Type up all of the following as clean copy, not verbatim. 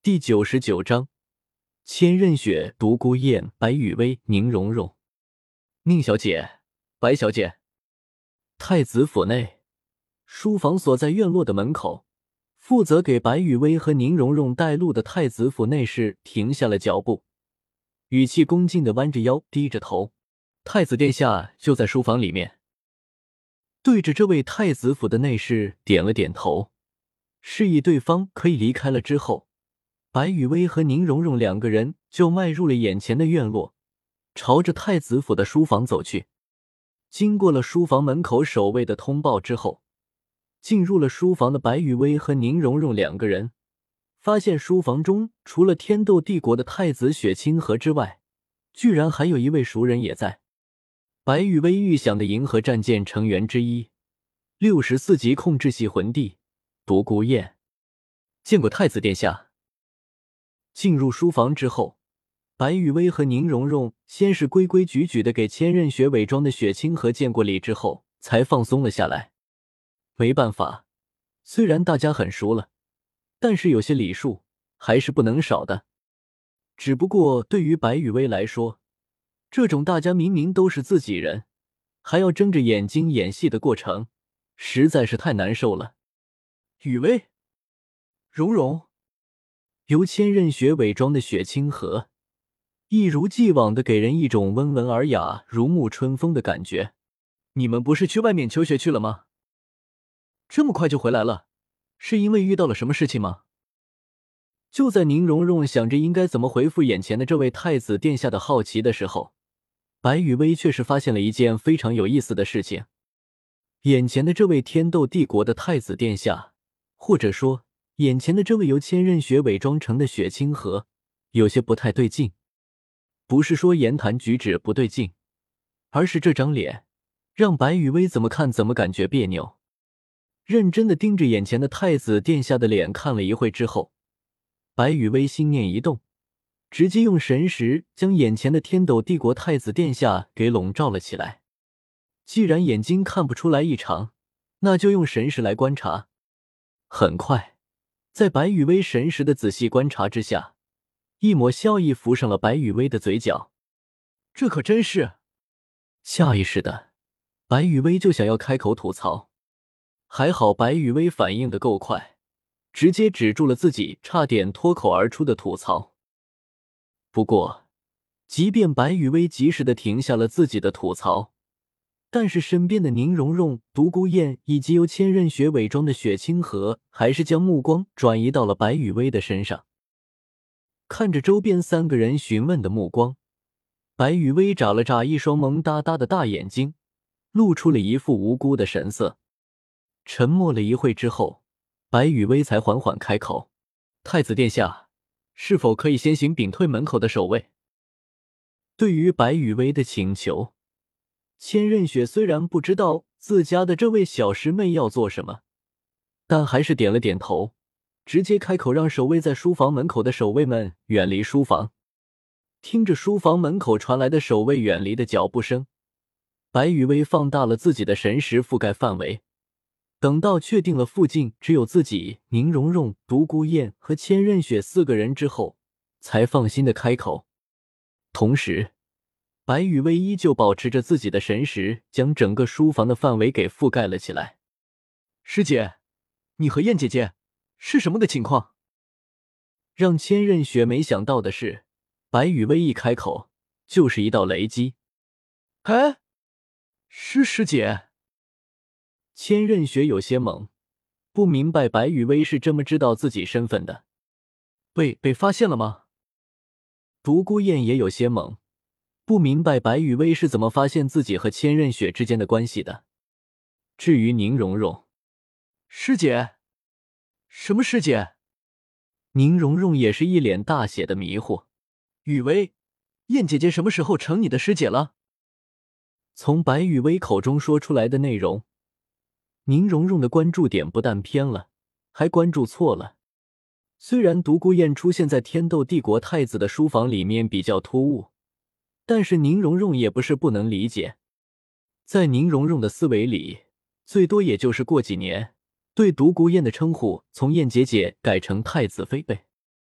第99章，千仞雪、独孤雁、白雨薇、宁荣荣。宁小姐，白小姐。太子府内，书房所在院落的门口，负责给白雨薇和宁荣荣带路的太子府内侍停下了脚步，语气恭敬地弯着腰，低着头。太子殿下就在书房里面。对着这位太子府的内侍点了点头，示意对方可以离开了之后，白雨薇和宁荣荣两个人就迈入了眼前的院落，朝着太子府的书房走去。经过了书房门口守卫的通报之后，进入了书房的白雨薇和宁荣荣两个人发现书房中除了天斗帝国的太子雪清河之外，居然还有一位熟人也在。白雨薇预想的银河战舰成员之一，64级控制系魂帝独孤雁。见过太子殿下。进入书房之后，白雨薇和宁荣荣先是规规矩矩地给千仞雪伪装的雪清河见过礼之后，才放松了下来。没办法，虽然大家很熟了，但是有些礼数还是不能少的。只不过对于白雨薇来说，这种大家明明都是自己人，还要睁着眼睛演戏的过程，实在是太难受了。雨薇，荣荣。由千仞雪伪装的雪清河一如既往地给人一种温文尔雅、如沐春风的感觉。你们不是去外面求学去了吗？这么快就回来了，是因为遇到了什么事情吗？就在宁荣荣想着应该怎么回复眼前的这位太子殿下的好奇的时候，白雨薇却是发现了一件非常有意思的事情。眼前的这位天斗帝国的太子殿下，或者说眼前的这位由千仞雪伪装成的雪清河，有些不太对劲。不是说言谈举止不对劲，而是这张脸让白雨薇怎么看怎么感觉别扭。认真地盯着眼前的太子殿下的脸看了一会之后，白雨薇心念一动，直接用神识将眼前的天斗帝国太子殿下给笼罩了起来。既然眼睛看不出来异常，那就用神识来观察。很快，在白雨薇神识的仔细观察之下，一抹笑意浮上了白雨薇的嘴角。这可真是……下意识的，白雨薇就想要开口吐槽，还好白雨薇反应得够快，直接止住了自己差点脱口而出的吐槽。不过，即便白雨薇及时的停下了自己的吐槽，但是身边的宁荣荣、独孤雁以及由千仞雪伪装的雪清河还是将目光转移到了白雨薇的身上。看着周边三个人询问的目光，白雨薇眨了眨一双萌哒哒的大眼睛，露出了一副无辜的神色。沉默了一会之后，白雨薇才缓缓开口：“太子殿下，是否可以先行屏退门口的守卫？”对于白雨薇的请求，千仞雪虽然不知道自家的这位小师妹要做什么，但还是点了点头，直接开口让守卫在书房门口的守卫们远离书房。听着书房门口传来的守卫远离的脚步声，白雨薇放大了自己的神识覆盖范围，等到确定了附近只有自己、宁荣荣、独孤雁和千仞雪四个人之后，才放心的开口。同时，白雨薇依旧保持着自己的神识，将整个书房的范围给覆盖了起来。师姐，你和燕姐姐是什么个情况？让千仞雪没想到的是，白雨薇一开口就是一道雷击。哎，师姐。千仞雪有些懵，不明白白雨薇是这么知道自己身份的。被发现了吗？独孤雁也有些懵，不明白白雨薇是怎么发现自己和千仞雪之间的关系的。至于宁荣荣，师姐？什么师姐？宁荣荣也是一脸大写的迷惑。雨薇，燕姐姐什么时候成你的师姐了？从白雨薇口中说出来的内容，宁荣荣的关注点不但偏了，还关注错了。虽然独孤雁出现在天斗帝国太子的书房里面比较突兀，但是宁荣荣也不是不能理解。在宁荣荣的思维里，最多也就是过几年，对独孤雁的称呼从燕姐姐改成太子妃呗。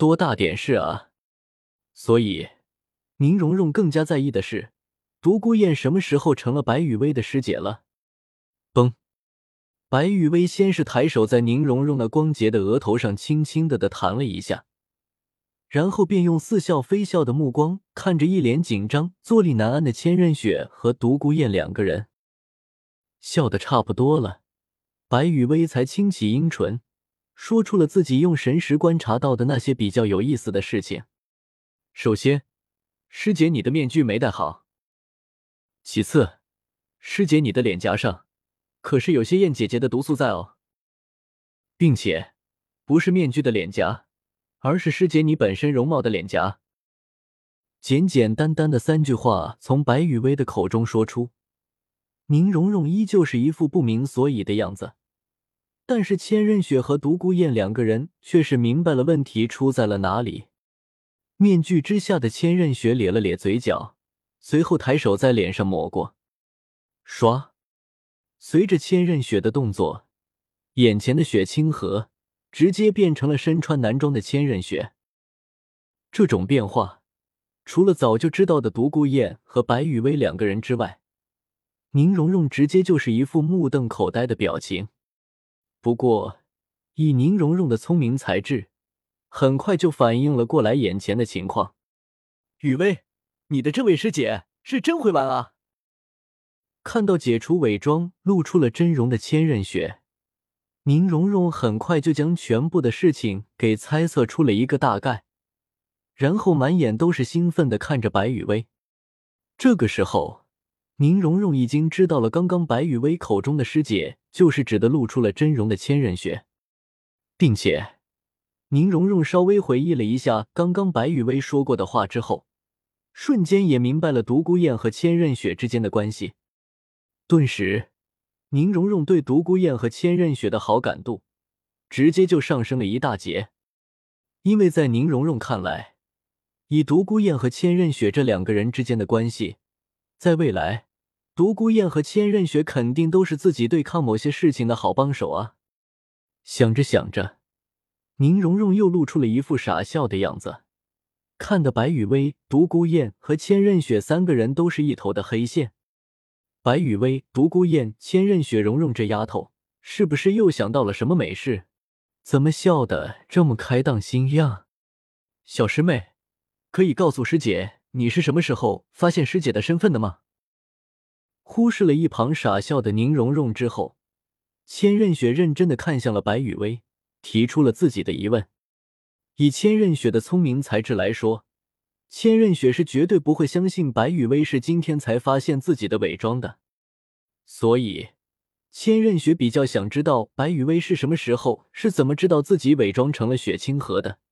多大点事啊？所以宁荣荣更加在意的是，独孤雁什么时候成了白雨薇的师姐了。嘣！白雨薇先是抬手在宁荣荣那光洁的额头上轻轻地弹了一下，然后便用似笑非笑的目光看着一脸紧张、坐立难安的千仞雪和独孤雁两个人。笑得差不多了，白雨薇才轻启樱唇，说出了自己用神识观察到的那些比较有意思的事情。首先，师姐你的面具没戴好。其次，师姐你的脸颊上可是有些燕姐姐的毒素在哦，并且不是面具的脸颊，而是师姐你本身容貌的脸颊。简简单单的3句话从白雨薇的口中说出，宁荣荣依旧是一副不明所以的样子，但是千仞雪和独孤雁两个人却是明白了问题出在了哪里。面具之下的千仞雪咧了咧嘴角，随后抬手在脸上抹过，刷。随着千仞雪的动作，眼前的雪清河直接变成了身穿男装的千仞雪。这种变化，除了早就知道的独孤雁和白雨薇两个人之外，宁荣荣直接就是一副目瞪口呆的表情。不过，以宁荣荣的聪明才智，很快就反应了过来眼前的情况。雨薇，你的这位师姐是真会玩啊！看到解除伪装露出了真容的千仞雪，宁荣荣很快就将全部的事情给猜测出了一个大概，然后满眼都是兴奋地看着白雨薇。这个时候，宁荣荣已经知道了刚刚白雨薇口中的师姐就是指的露出了真容的千仞雪，并且宁荣荣稍微回忆了一下刚刚白雨薇说过的话之后，瞬间也明白了独孤雁和千仞雪之间的关系。顿时，宁荣荣对独孤雁和千仞雪的好感度直接就上升了一大截。因为在宁荣荣看来，以独孤雁和千仞雪这两个人之间的关系，在未来，独孤雁和千仞雪肯定都是自己对抗某些事情的好帮手啊。想着想着，宁荣荣又露出了一副傻笑的样子，看得白雨薇、独孤雁和千仞雪三个人都是一头的黑线。白雨薇、独孤雁、千仞雪、蓉蓉这丫头是不是又想到了什么美事？怎么笑得这么开荡心样？小师妹，可以告诉师姐你是什么时候发现师姐的身份的吗？忽视了一旁傻笑的宁荣荣之后，千仞雪认真地看向了白雨薇，提出了自己的疑问。以千仞雪的聪明才智来说，千仞雪是绝对不会相信白雨薇是今天才发现自己的伪装的，所以千仞雪比较想知道白雨薇是什么时候是怎么知道自己伪装成了雪清河的。